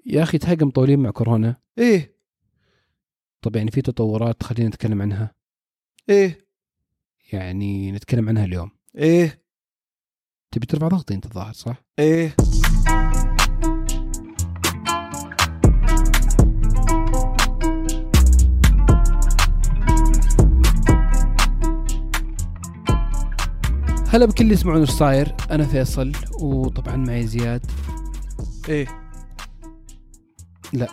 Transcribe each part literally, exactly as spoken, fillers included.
يا أخي تهاجم طولين مع كورونا. إيه طب يعني في تطورات خلينا نتكلم عنها. إيه يعني نتكلم عنها اليوم. إيه تبي ترفع ضغطي أنت الظاهر صح؟ إيه هلا بكل اللي يسمعون ايش صاير. أنا فيصل وطبعا معي زياد. إيه لا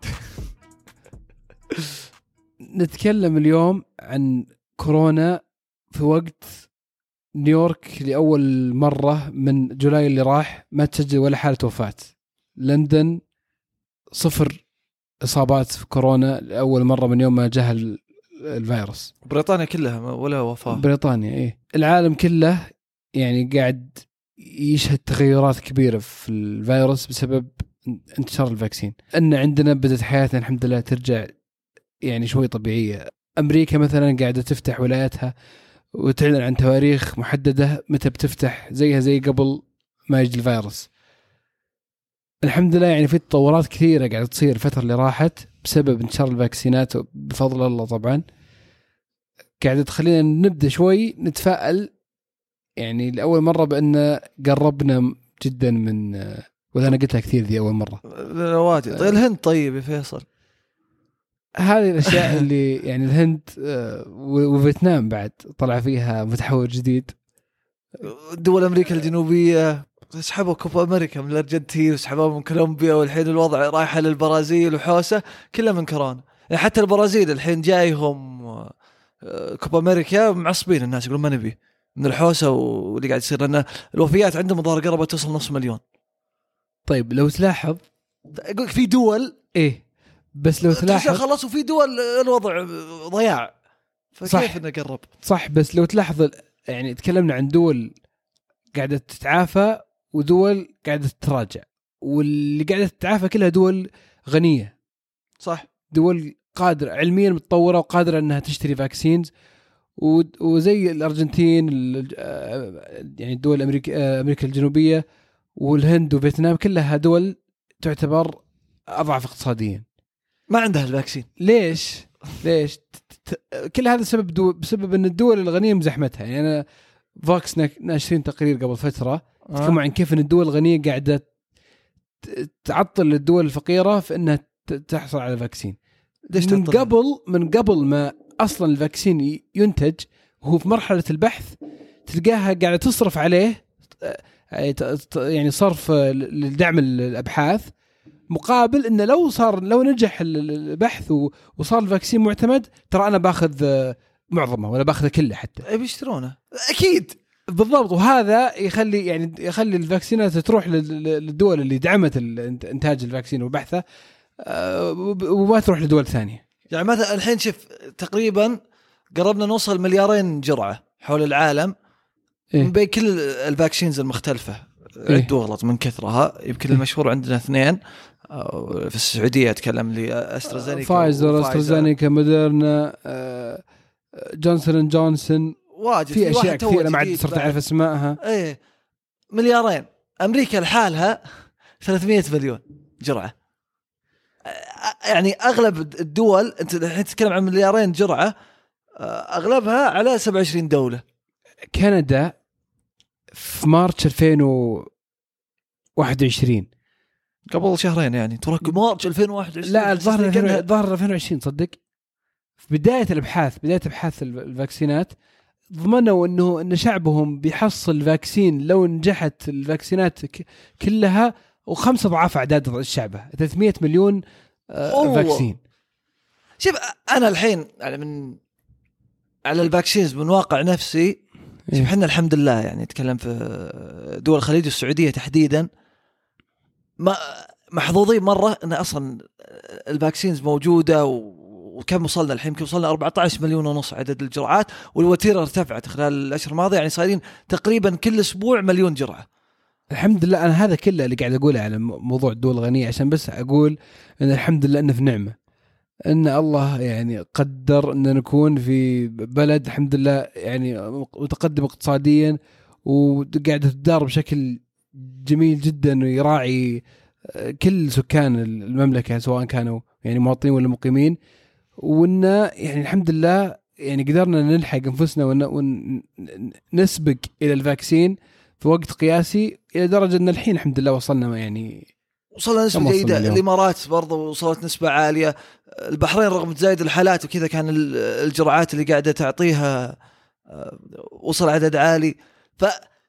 نتكلم اليوم عن كورونا في وقت نيويورك لأول مرة من جولاي اللي راح ما تسجل ولا حالة وفاة. لندن صفر إصابات في كورونا لأول مرة من يوم ما جاء الفيروس. بريطانيا كلها ولا وفاة. بريطانيا إيه. العالم كله يعني قاعد يشهد تغيرات كبيرة في الفيروس بسبب انتشار الفاكسين. أن عندنا بدأت حياتنا الحمد لله ترجع يعني شوي طبيعية. أمريكا مثلا قاعدة تفتح ولاياتها وتعلن عن تواريخ محددة متى بتفتح زيها زي قبل ما يجي الفيروس. الحمد لله يعني في تطورات كثيرة قاعدة تصير الفترة اللي راحت بسبب انتشار الفاكسينات بفضل الله. طبعا قاعدة تخلينا نبدأ شوي نتفائل يعني لأول مرة بأن قربنا جدا من، ولا أنا قلتها كثير ذي أول مرة. واجد. طيب الهند طيب يا فيصل. هذه الأشياء اللي يعني الهند وفيتنام بعد طلع فيها متحور جديد. دول أمريكا الجنوبية سحبوا كوبا أمريكا من الأرجنتين وسحبوا من كولومبيا، والحين الوضع رايح للبرازيل وحوسة كلها من كورونا. يعني حتى البرازيل الحين جايهم كوبا أمريكا معصبين الناس يقولون ما نبي من الحوسة واللي قاعد يصير، لأن الوفيات عندهم ظهر قربة توصل نص مليون. طيب لو تلاحظ أقولك في دول إيه، بس لو تلاحظ خلصوا في دول الوضع ضياع، فكيف إنه قرب؟ صح. بس لو تلاحظ يعني تكلمنا عن دول قاعدة تتعافى ودول قاعدة تتراجع، واللي قاعدة تتعافى كلها دول غنية. صح. دول قادرة علميا متطورة وقادرة أنها تشتري فاكسينز، وزي الأرجنتين يعني الدول أمريكا أمريكا الجنوبية والهند وفيتنام كلها دول تعتبر أضعف اقتصاديا ما عندها الفاكسين. ليش؟ ليش؟ كل هذا سبب دو... بسبب أن الدول الغنية مزحمتها. يعني أنا فوكس ناشرين تقرير قبل فترة تكلموا عن كيف أن الدول الغنية قاعدة تعطل الدول الفقيرة في أنها تحصل على فاكسين. من قبل من قبل ما أصلا الفاكسين ينتج وهو في مرحلة البحث تلقاها قاعدة تصرف عليه يعني صرف لدعم الأبحاث، مقابل إنه لو صار لو نجح البحث وصار الفاكسين معتمد ترى أنا باخذ معظمه ولا باخذه كله حتى بيشترونه أكيد. بالضبط. وهذا يخلي يعني يخلي الفاكسينات تروح للدول اللي دعمت إنتاج الفاكسين وبحثه وما تروح لدول ثانية. يعني مثلا الحين شوف تقريبا قربنا نوصل مليارين جرعة حول العالم إيه؟ من بين كل الفاكسينز المختلفة. إيه؟ عدوا غلط من كثرها. يمكن إيه؟ المشهور عندنا اثنين في السعودية أتكلم لي أسترازينيكا فايزر أسترازينيكا موديرنا جونسون جونسون. واجد في أشياء كثيرة ما عاد صرت أعرف اسمائها. إيه مليارين. أمريكا لحالها ثلاثمية مليون جرعة. يعني أغلب الدول أنت الحين تتكلم عن مليارين جرعة أغلبها على سبعة وعشرين دولة. كندا في مارس ألفين وواحد وعشرين قبل شهرين يعني ترى مارس ألفين وواحد وعشرين. لا الظاهر ظهر ألفين وعشرين صدق. في بداية الأبحاث بداية أبحاث الفاكسينات ضمنوا أنه أن شعبهم بيحصل فاكسين لو نجحت الفاكسينات كلها وخمسة ضعاف أعداد الشعب ثلاثمية مليون آه فاكسين. شوف أنا الحين يعني من على الفاكسينز من واقع نفسي إيه؟ احنا الحمد لله يعني نتكلم في دول الخليج والسعودية تحديدا ما محظوظين مرة أن أصلا الفاكسينز موجودة. وكم وصلنا الحين؟ كم وصلنا أربعة عشر مليون ونص عدد الجرعات، والوتيرة ارتفعت خلال الأشهر الماضية يعني صايرين تقريبا كل أسبوع مليون جرعة. الحمد لله. أنا هذا كله اللي قاعد أقوله على موضوع الدول الغنية عشان بس أقول أن الحمد لله أنه في نعمة، أن الله يعني قدر أن نكون في بلد الحمد لله يعني متقدم اقتصاديا وقاعدة تدار بشكل جميل جدا ويراعي كل سكان المملكة سواء كانوا يعني مواطنين ولا مقيمين، وإن يعني الحمد لله يعني قدرنا نلحق أنفسنا ونسبق إلى الفاكسين في وقت قياسي، إلى درجة أن الحين الحمد لله وصلنا يعني وصلنا نسبة جيدة. الإمارات برضو وصلت نسبة عالية، البحرين رغم تزايد الحالات وكذا كان الجرعات اللي قاعدة تعطيها وصل عدد عالي. ف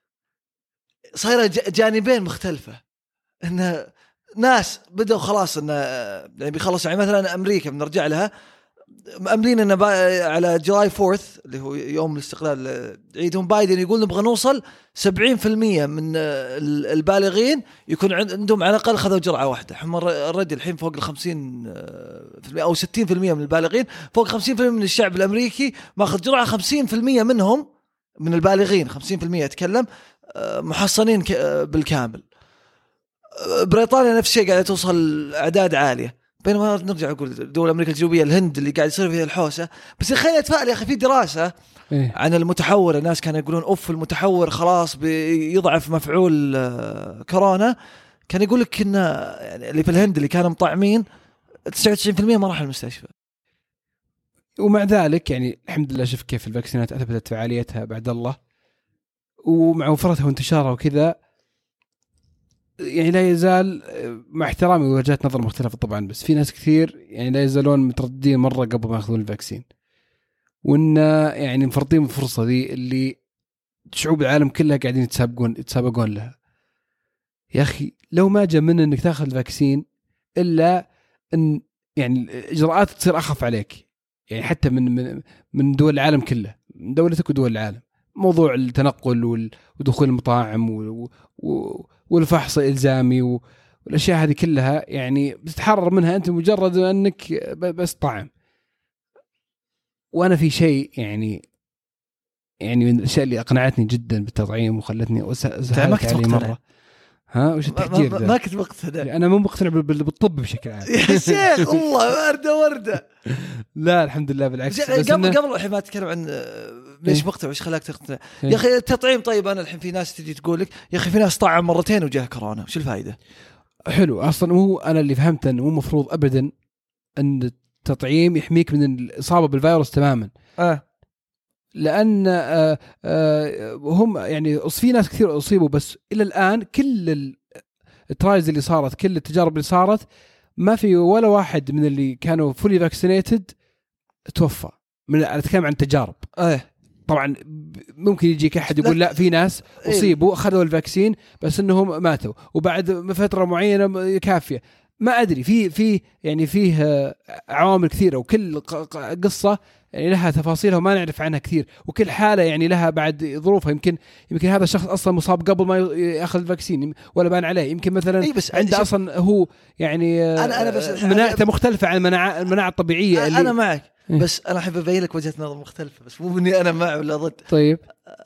صايرة جانبين مختلفة، إن ناس بدأوا خلاص إن يعني بيخلص. يعني مثلا أمريكا بنرجع لها مأملين إن على جولاي فورث اللي هو يوم الاستقلال عيدهم بايدن يقول نبغى نوصل سبعين في المية من البالغين يكون عندهم على الأقل خذوا جرعة واحدة. هم الرد الحين فوق الخمسين في المية أو ستين في المية من البالغين، فوق خمسين في المية من الشعب الأمريكي ما أخذ جرعة. خمسين في المية منهم من البالغين، خمسين في المية أتكلم محصنين بالكامل. بريطانيا نفس الشيء قاعدة توصل أعداد عالية. بينما نرجع أقول دول أمريكا الجنوبية الهند اللي قاعد يصير فيها الحوسة. بس خلينا نتفائل يا أخي، في دراسة إيه؟ عن المتحور. الناس كانوا يقولون أوف المتحور خلاص بيضعف مفعول كورونا. كان يقول لك إن يعني اللي في الهند اللي كانوا مطعمين تسعة وتسعين في المية ما راح المستشفى. ومع ذلك يعني الحمد لله شوف كيف الفاكسينات أثبتت فعاليتها بعد الله، ومع وفرتها وانتشارها وكذا يعني لا يزال مع احترامي وجهات نظر مختلفة طبعا، بس في ناس كثير يعني لا يزالون مترددين مرة قبل ما ياخذون الفاكسين، وإن يعني مفرطين بالفرصة دي اللي شعوب العالم كلها قاعدين يتسابقون يتسابقون لها. يا أخي لو ما جاء من إنك تاخذ الفاكسين إلا إن يعني الإجراءات تصير أخف عليك، يعني حتى من من من دول العالم كله، من دولتك ودول العالم، موضوع التنقل ودخول المطاعم و و والفحص الإلزامي والأشياء هذه كلها يعني بتتحرر منها أنت مجرد أنك بس طعم. وأنا في شيء يعني يعني من الأشياء اللي أقنعتني جدا بالتطعيم وخلتني سهلت علي مرة. ها وش التحجير ما, ما كنت مقتنع. أنا مو مقتنع بالطب بشكل عام يا شيخ الله وردة وردة. لا الحمد لله بالعكس. بس قبل قبل الحين ما أتكلم عن ليش مقتنع وش خلاك تقتنع يا أخي التطعيم. طيب أنا الحين في ناس تجي تقول لك يا أخي في ناس طعم مرتين وجاه كورونا، وش الفائدة؟ حلو. أصلا هو أنا اللي فهمت أنه مو مفروض أبدا أن التطعيم يحميك من الإصابة بالفيروس تماما. آه. لأن آه آه هم يعني في ناس كثير أصيبوا، بس إلى الآن كل الترايز اللي صارت، كل التجارب اللي صارت، ما في ولا واحد من اللي كانوا فولي فاكسينيتد توفى. من أتكلم عن تجارب. آه. طبعا ممكن يجيك أحد يقول لا في ناس أصيبوا أخذوا الفاكسين بس إنهم ماتوا وبعد فترة معينة كافية. ما أدري، في في يعني فيه عوامل كثيرة، وكل قصة يعني لها تفاصيلها وما نعرف عنها كثير، وكل حالة يعني لها بعد ظروفها. يمكن يمكن هذا الشخص أصلا مصاب قبل ما يأخذ الفاكسين ولا بان عليه، يمكن مثلا إيه بس عنده أصلا هو يعني أنا أنا بس مناعته مختلفة عن المناعة المناعة الطبيعية. اللي أنا معك بس أنا أحب أبين لك وجهة نظر مختلفة، بس مو مني أنا مع ولا ضد. طيب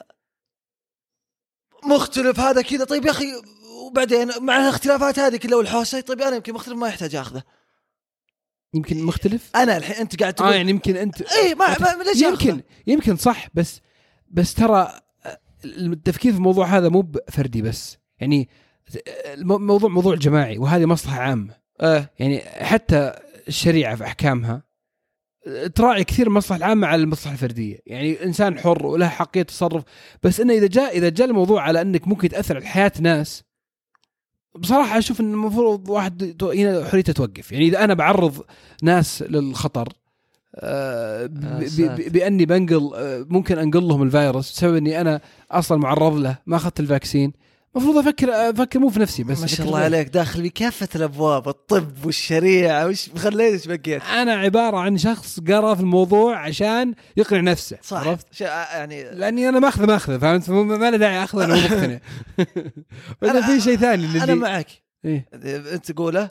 مختلف هذا كذا. طيب يا أخي وبعدين مع الاختلافات هذه كلها والحوسة، طيب أنا يمكن مختلف ما يحتاج أخذه. يمكن مختلف أنا الحين أنت قاعد تقول آه يعني يمكن أنت إيه ما, ما ليش يمكن أخذه؟ يمكن صح، بس بس ترى التفكير في الموضوع هذا مو فردي بس، يعني الموضوع موضوع جماعي، وهذه مصلحة عامة. آه. يعني حتى الشريعة في أحكامها تراعي كثير المصلحة العامة على المصلحة الفردية. يعني إنسان حر وله حقية تصرف، بس إنه إذا جاء إذا جاء الموضوع على أنك ممكن تأثر على حياة ناس، بصراحة أشوف إن المفروض واحد هنا حريته توقف. يعني إذا أنا بعرض ناس للخطر آه بأني بنقل آه ممكن أنقل لهم الفيروس بسبب إني أنا أصلا معرض له ما أخذت الفاكسين، مفروض أفكر أفكر مو في نفسي بس. ما شاء الله عليك داخل بكافة الأبواب، الطب والشريعة وش خليتش بقيت. أنا عبارة عن شخص قرأ في الموضوع عشان يقنع نفسه. صح. عرفت يعني لأني أنا ما أخذ ما أخذ فهمت، ما له داعي أخذ أنا مقتنع. ولا في شيء ثاني اللي أنا معك. إيه؟ أنت تقوله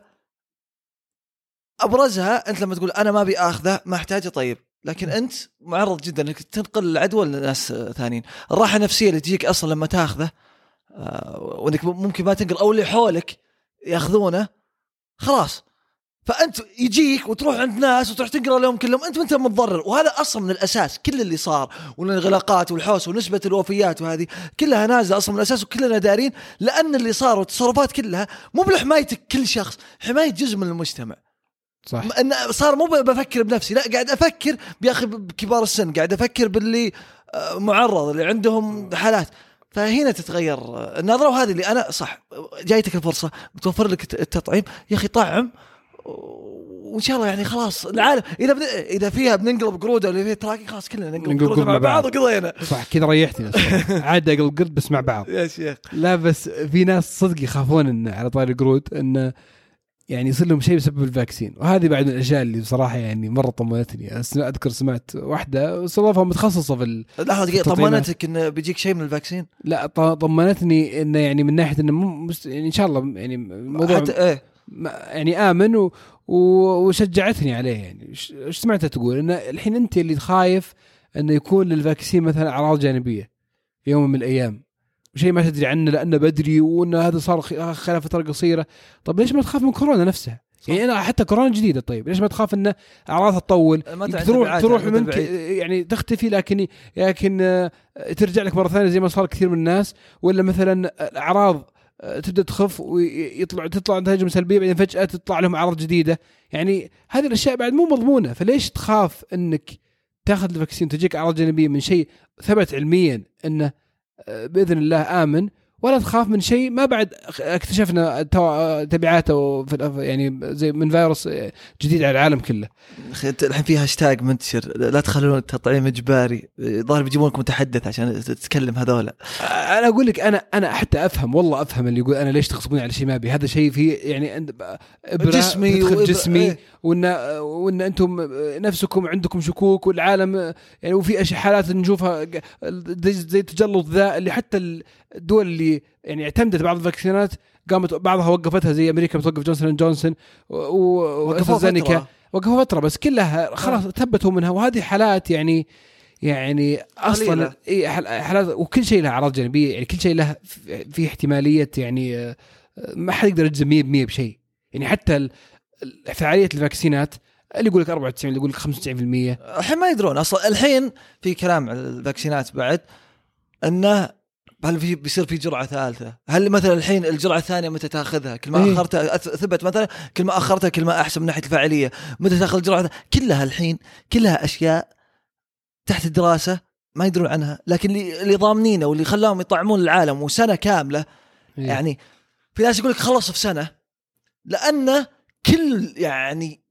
أبرزها أنت لما تقول أنا ما بأخذه ما أحتاجه. طيب لكن أنت معرض جدا إنك تنقل العدوى لناس ثانيين. الراحة النفسية اللي تجيك أصلا لما تأخذه آه وانك ممكن ما تنقل او اللي حولك ياخذونه، خلاص فانت يجيك وتروح عند ناس وتروح تقرا لهم كلهم انت انت متضرر. وهذا اصلا من الاساس كل اللي صار والانغلاقات والحوس ونسبه الوفيات وهذه كلها نازله اصلا من الاساس وكلنا دارين لان اللي صار والتصرفات كلها مو بحمايتك كل شخص، حمايه جزء من المجتمع. صح. ان صار مو بفكر بنفسي، لا قاعد افكر بياخي بكبار السن، قاعد افكر باللي معرض اللي عندهم حالات. فهنا تتغير النظره. وهذه اللي انا صح جايتك الفرصه بتوفر لك التطعيم يا اخي طعم وان شاء الله يعني خلاص العالم اذا بد... اذا فيها بننقلب قروده ولا فيها تراكي خلاص كلنا ننقلب قروده مع بعض وقضينا. صح كذا ريحتني عاد اقلب قرد بس مع بعض يا شيخ. لا بس في ناس صدق يخافون ان على طاري القرود ان يعني يصير لهم شيء بسبب الفاكسين. وهذه بعد من الاشياء اللي بصراحه يعني مره طمنتني. اذكر سمعت واحده صراحه متخصصه في ال... لحظه دقيقه، طمنتك انه بيجيك شيء من الفاكسين؟ لا طمنتني انه يعني من ناحيه انه مست... يعني ان شاء الله يعني الموضوع حتى ايه يعني آمن و... وشجعتني عليه. يعني ايش سمعتها تقول إن الحين أنت اللي خايف إنه يكون للفاكسين مثلا أعراض جانبية في يوم من الأيام وشيء ما تدري عنه لأنه بدري وإن هذا صار خلال فترة قصيرة. طب ليش ما تخاف من كورونا نفسها؟ يعني أنا حتى كورونا جديدة، طيب ليش ما تخاف إن أعراضها تطول تروح تروح منك يعني تختفي لكن لكن ترجع لك مرة ثانية زي ما صار كثير من الناس؟ ولا مثلا الأعراض تبدأ تخف ويطلع تطلع نتائج سلبية بعدين فجأة تطلع لهم أعراض جديدة. يعني هذه الأشياء بعد مو مضمونة. فليش تخاف أنك تأخذ الفاكسين تجيك أعراض جانبية من شيء ثبت علميا أنه بإذن الله آمن، ولا تخاف من شيء ما بعد اكتشفنا تبعاته يعني زي من فيروس جديد على العالم كله. الحين في هاشتاج منتشر لا تخلون التطعيم إجباري، ظاهر بيجيبون لك متحدث عشان تتكلم هذولا. أنا أقول لك أنا أنا حتى أفهم والله أفهم اللي يقول أنا ليش تغصبوني على شيء ما بي. هذا شيء فيه يعني جسمي جسمي إيه؟ وإن وإن أنتم نفسكم عندكم شكوك والعالم يعني وفي أشياء حالات نشوفها زي التجلط ذا اللي حتى الدول اللي يعني اعتمدت بعض الفاكسينات قامت بعضها وقفتها زي أمريكا بتوقف جونسون جونسون وأسترازينيكا وقفوا فترة بس كلها خلاص ثبتوا منها. وهذه حالات يعني يعني أصلا إيه حالات وكل شيء له أعراض جانبية، يعني كل شيء له في احتمالية يعني ما حد يقدر يجزم مية بمية بشيء. يعني حتى فعالية الفاكسينات اللي يقول لك أربعة وتسعين اللي يقول لك خمسة وتسعين بالمية الحين ما يدرون أصلا. الحين في كلام عن الفاكسينات بعد أنه هل في بيصير في جرعة ثالثة؟ هل مثلا الحين الجرعة الثانية متى تأخذها؟ كل ما أخرتها ثبت مثلا كل ما أخرتها كل ما أحسن من ناحية الفاعلية. متى تأخذ الجرعة؟ كلها الحين كلها أشياء تحت الدراسة ما يدرون عنها، لكن اللي ضامنينه واللي خلاهم يطعمون العالم وسنة كاملة إيه؟ يعني في ناس يقولك خلص في سنة لأن كل يعني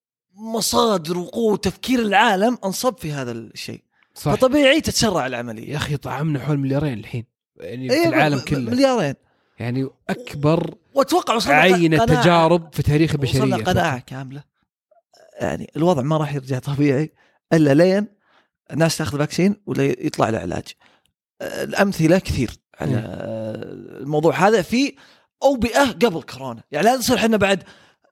مصادر وقوة تفكير العالم انصب في هذا الشيء. صح. فطبيعي تتسرع العملية. يا أخي طعمنا حول مليارين الحين يعني إيه في العالم كله مليارين يعني أكبر وأتوقع عينة تجارب في تاريخ البشرية. وصلنا قناعة كاملة يعني الوضع ما راح يرجع طبيعي إلا لين الناس تأخذ فاكسين ولا يطلع له علاج. الأمثلة كثير على م. الموضوع هذا في أوبئة قبل كورونا. يعني لا نصير حنا بعد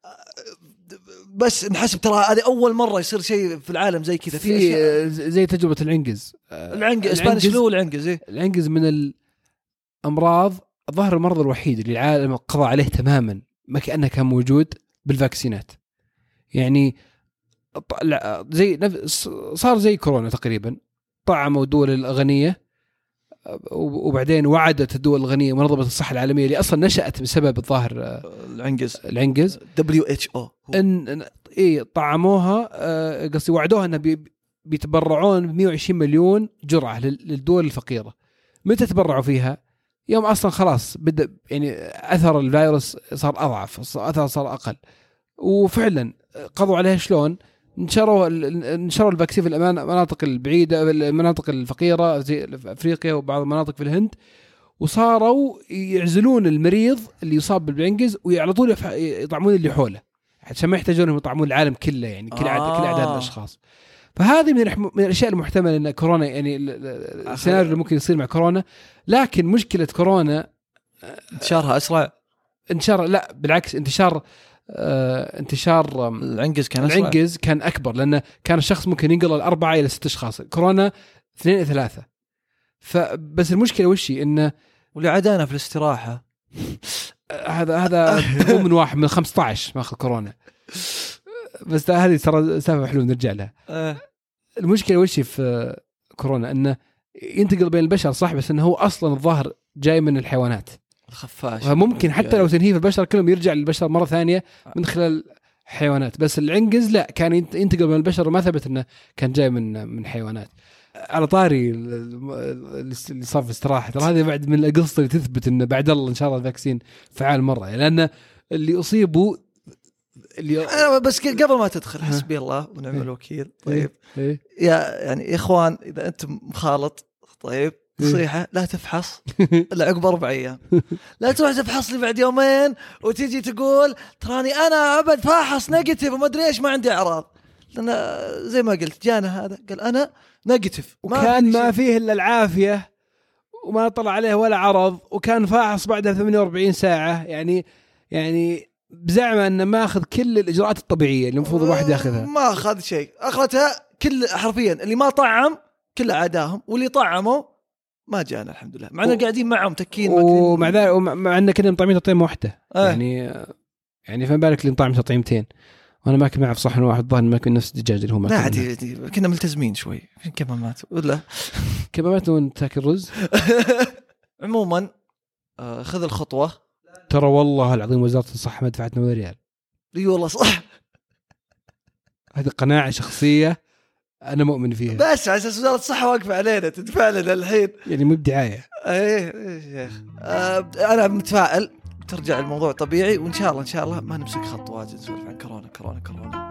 بس نحسب ترى هذه أول مرة يصير شيء في العالم زي كذا. في زي تجربة العنقز العنقز إسبانيش فلو العنقز إيه؟ العنقز من الأمراض ظهر المرض الوحيد اللي العالم قضى عليه تماما ما كأنه كان موجود بالفاكسينات. يعني زي صار زي كورونا تقريبا، طعموا الدول الغنية وبعدين وعدت الدول الغنية منظمة الصحة العالمية اللي أصلا نشأت بسبب الظاهر العنقز العنقز دبليو إتش أو إن إيه طعموها قصدي وعدوها إنه بي بيتبرعون بمئة وعشرين مليون جرعة للدول الفقيرة. متى تبرعوا فيها؟ يوم أصلا خلاص بدأ يعني أثر الفيروس صار أضعف، أثر صار أقل، وفعلا قضوا عليها. شلون؟ نشروا نشروا الفاكسين في المناطق البعيدة، المناطق الفقيرة زي أفريقيا وبعض المناطق في الهند، وصاروا يعزلون المريض اللي يصاب بالعنقز وعلى طول يطعمون اللي حوله عشان ما يحتاجون يطعمون العالم كله يعني كل عدد آه. كل عدد الأشخاص. فهذه من من الأشياء المحتملة أن كورونا يعني السيناريو اللي ممكن يصير مع كورونا. لكن مشكلة كورونا انتشارها أسرع. انتشار لا بالعكس انتشار آه انتشار العنقز كان أسرع. العنقز كان أكبر لأن كان الشخص ممكن ينقل الأربعة إلى ستة أشخاص، كورونا اثنين إلى ثلاثة. فبس المشكلة وشي إنه واللي عدانا في الاستراحة هذا هذا من واحد من خمسة عشر ماخذ كورونا. بس هذه ترى سالفه حلوه نرجع لها. أه. المشكله وش في كورونا انه ينتقل بين البشر صح، بس انه هو اصلا الظاهر جاي من الحيوانات الخفاش، فممكن حتى لو تنهيه في البشر كلهم يرجع للبشر مره ثانيه من خلال حيوانات. بس العنقز لا، كان ينتقل من البشر وما ثبت انه كان جاي من من حيوانات. على طاري اللي صار في استراحه، ترى هذه بعد من القصه اللي تثبت انه بعد الله ان شاء الله الفاكسين فعال مره، لان اللي اصيبوا اللي أنا بس قبل ما تدخل حسبي الله ونعم الوكيل. طيب إيه؟ يا يعني يا اخوان اذا انت مخالط طيب نصيحة لا تفحص إلا عقب أربع أيام. لا تروح تفحص لي بعد يومين وتيجي تقول تراني أنا أبد فاحص نيجاتيف وما أدري إيش ما عندي أعراض. لأن زي ما قلت جانا هذا قال أنا نيجاتيف وكان ما فيه إلا العافية وما طلع عليه ولا عرض، وكان فاحص بعدها ثمانية وأربعين ساعة. يعني يعني بزعمه أنه ما أخذ كل الإجراءات الطبيعية اللي المفروض الواحد يأخذها. ما أخذ شيء، أخذتها كل حرفيا. اللي ما طعم كل عاداهم، واللي طعموا ما جانا الحمد لله، مع اننا قاعدين معهم تكين. ومع ذلك ومع ان كنا مطعمين تطعيمه واحده آه. يعني يعني فما بالك اللي مطعم تطعيمتين، وانا ماكل معه في صحن واحد ظهر ما كنا نفس الدجاج اللي هو ما لا عادي كنا ملتزمين شوي. كمامات ولا كمامات وانت تاكل رز. عموما آه خذ الخطوه. ترى والله العظيم وزاره الصحه ما دفعتنا ولا ريال. اي والله صح. هذه قناعه شخصيه انا مؤمن فيها، بس على اساس وزاره الصحه واقفه علينا تدفع لنا الحين يعني مو بدعايه. ايه يا شيخ آه انا متفائل ترجع الموضوع طبيعي، وان شاء الله ان شاء الله ما نمسك خط واجد نسولف عن كورونا كورونا كورونا.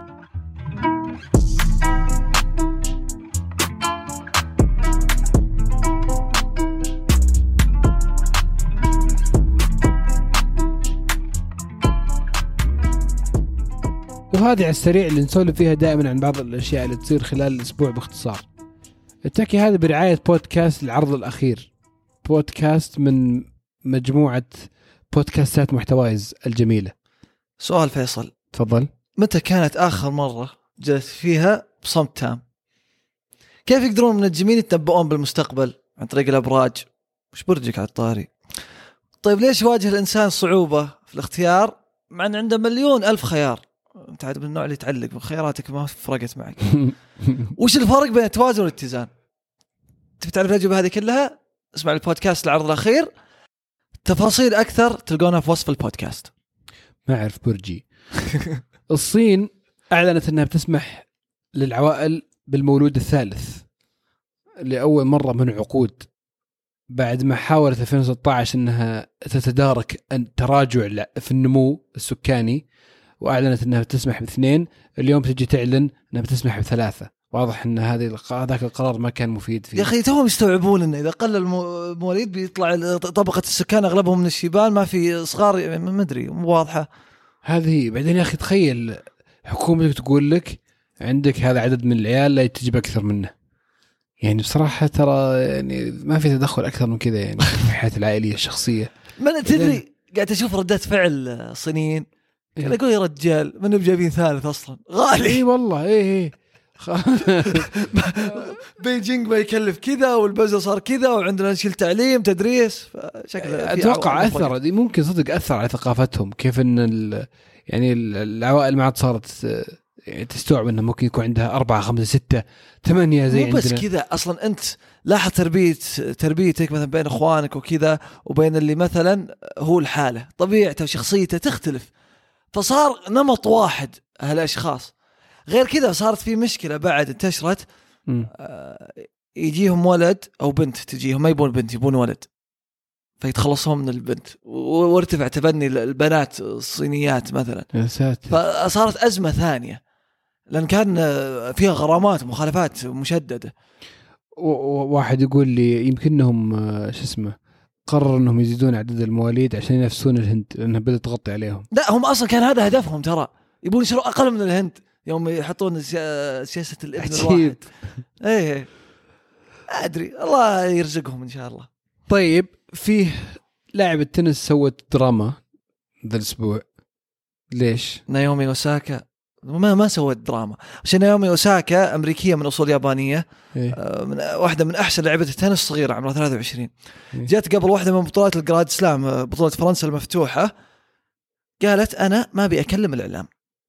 وهذه على السريع اللي نسولف فيها دائما عن بعض الأشياء اللي تصير خلال الأسبوع باختصار. التكي هذا برعاية بودكاست العرض الأخير، بودكاست من مجموعة بودكاستات محتوايز الجميلة. سؤال فيصل، تفضل. متى كانت آخر مرة جلست فيها بصمت تام؟ كيف يقدرون منجمين يتنبؤون بالمستقبل عن طريق الأبراج؟ وش برجك على الطاري؟ طيب ليش يواجه الإنسان صعوبة في الاختيار مع أن عنده مليون ألف خيار؟ انت عاد من النوع اللي تعلق بخياراتك ما فرقت معك. وش الفرق بين التوازن والاتزان؟ تبي تعرف الإجابة هذه كلها؟ اسمع البودكاست العرض الأخير، تفاصيل أكثر تلقونها في وصف البودكاست. ما أعرف برجي. الصين أعلنت أنها بتسمح للعوائل بالمولود الثالث لأول مرة من عقود، بعد ما حاولت ألفين وستة عشر أنها تتدارك التراجع في النمو السكاني، وأعلنت أنها بتسمح باثنين. اليوم تجي تعلن أنها بتسمح بثلاثة. واضح أن هذه هذاك القرار ما كان مفيد فيه. يا أخي توهم يستوعبون أنه إذا قل المواليد بيطلع طبقة السكان أغلبهم من الشيبان، ما في صغار ما أدري مو واضحة هذه. بعدين يا أخي تخيل حكومتك تقول لك عندك هذا عدد من العيال لا تجيب أكثر منه. يعني بصراحة ترى يعني ما في تدخل أكثر من كذا يعني في الحياة العائلية الشخصية. ما تدري قاعد أشوف ردات فعل صينيين كان أقول يا رجال من بجايبين ثالث أصلا غالي. إيه والله إيه إيه. بيجينج ما يكلف كذا والبزر صار كذا وعندنا نشيل تعليم تدريس. فشكله أتوقع أثر دي ممكن صدق أثر على ثقافتهم، كيف إن يعني العوائل ما عاد صارت تستوعب إنه ممكن يكون عندها أربعة خمسة ستة ثمانية زي عندنا. بس كذا أصلا أنت لاحظ تربية تربيتك مثلا بين إخوانك وكذا وبين اللي مثلا هو الحالة طبيعته وشخصيته تختلف، فصار نمط واحد هالأشخاص. غير كذا صارت في مشكلة بعد انتشرت، آه يجيهم ولد أو بنت تجيهم ما يبون بنت يبون ولد، فيتخلصون من البنت وارتفع تبني البنات الصينيات مثلا. يا ساتر. فصارت أزمة ثانية لأن كان فيها غرامات ومخالفات مشددة. واحد يقول لي يمكنهم شو اسمه قرر انهم يزيدون عدد المواليد عشان ينافسون الهند لانها بدأت تغطي عليهم. لا هم اصلا كان هذا هدفهم، ترى يبون يصيروا اقل من الهند يوم يحطون سياسة الابن الواحد. ايه ادري الله يرزقهم ان شاء الله. طيب فيه لاعب التنس سوت دراما ذا الاسبوع. ليش؟ نايومي أوساكا ما ما سوت دراما عشان نايومي أوساكا أمريكية من أصول يابانية. إيه؟ من واحدة من أحسن لاعبة التنس صغيرة عمرها ثلاثة وعشرين. إيه؟ جات قبل واحدة من بطولات الجراند سلام بطولة فرنسا المفتوحة، قالت أنا ما أبي أكلم الإعلام،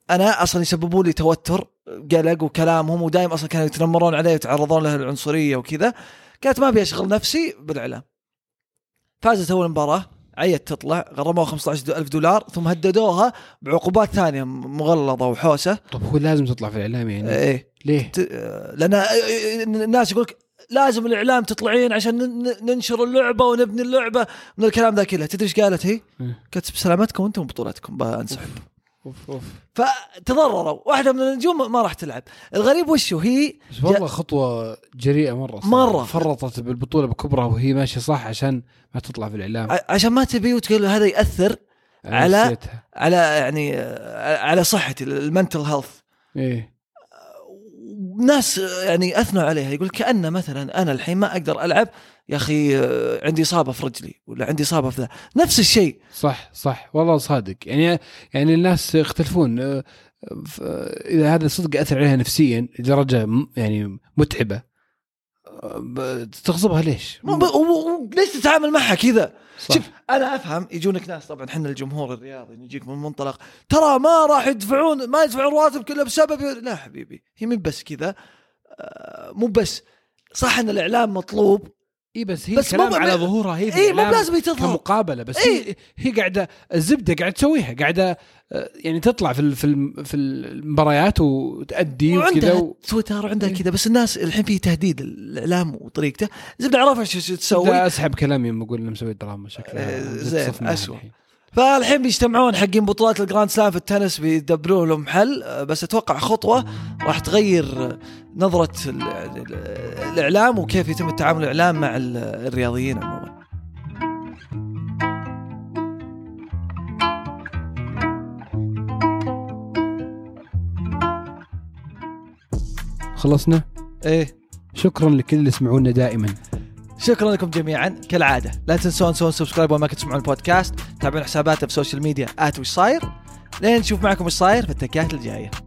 انا اصلا يسببوا لي توتر قلق وكلامهم، ودائم اصلا كانوا يتنمرون علي ويتعرضون له العنصريه وكذا. كانت ما بيشغل نفسي بالاعلام. فازت اول مباراه، عيت تطلع، غرموها خمسة عشر ألف دولار، ثم هددوها بعقوبات ثانيه مغلظه وحوسه. طب هو لازم تطلع في الاعلام يعني؟ ايه ليه؟ ت... لان الناس يقولك لازم الاعلام تطلعين عشان ننشر اللعبه ونبني اللعبه من الكلام ذا كله. تدري ايش قالت هي؟ قالت بسلامتكم انتم بطولتكم بانسحب. أوف أوف. فتضرروا. واحدة من النجوم ما راح تلعب. الغريب وشه هي والله خطوة جريئة مرة صراحة. مرة فرطت بالبطولة بكبرها وهي ماشية صح عشان ما تطلع في الإعلام، عشان ما تبي وتقول هذا يأثر على على, على يعني على صحتي المنتل هيلث. إيه ناس يعني أثنوا عليها، يقول كأن مثلا أنا الحين ما أقدر ألعب يا أخي، عندي إصابة في رجلي ولا عندي إصابة في ذا. نفس الشيء. صح صح والله صادق. يعني يعني الناس يختلفون إذا هذا صدق أثر عليها نفسيا لدرجة يعني متعبة، تغصبها ليش؟ ليش تتعامل معها كذا؟ شوف أنا أفهم يجونك ناس، طبعا حنا الجمهور الرياضي نجيك من منطلق ترى ما راح يدفعون ما يدفعون رواتب كلها بسبب. لا حبيبي، هي مو بس كذا، مو بس صح ان الاعلام مطلوب، اي بس هي بس كلام على ظهورها هي إيه مو لازم تظهر كمقابله، بس إيه؟ هي هي قاعده الزبده قاعده تسويها، قاعده يعني تطلع في في في المباريات وتأدي وكذا و... تويتر عندها كذا. بس الناس الحين في تهديد الاعلام وطريقته، زبده عرفها شو تسوي. لا اسحب كلامي لما اقول انه مسوي دراما شكلها زين اسوء. فالحين بيجتمعون حقين بطولات الجراند سلام في التنس، بيدبرون لهم حل. بس اتوقع خطوه راح تغير نظره الاعلام وكيف يتم التعامل الاعلام مع الرياضيين عموما. خلصنا؟ ايه شكرا لكل اللي يسمعونا دائما. شكرا لكم جميعا كالعاده. لا تنسون تسوون سبسكرايب وما كنتوا تسمعون البودكاست. تابعون حساباتنا في السوشيال ميديا آت وش صاير. لين نشوف معكم وش صاير في التكات الجايه.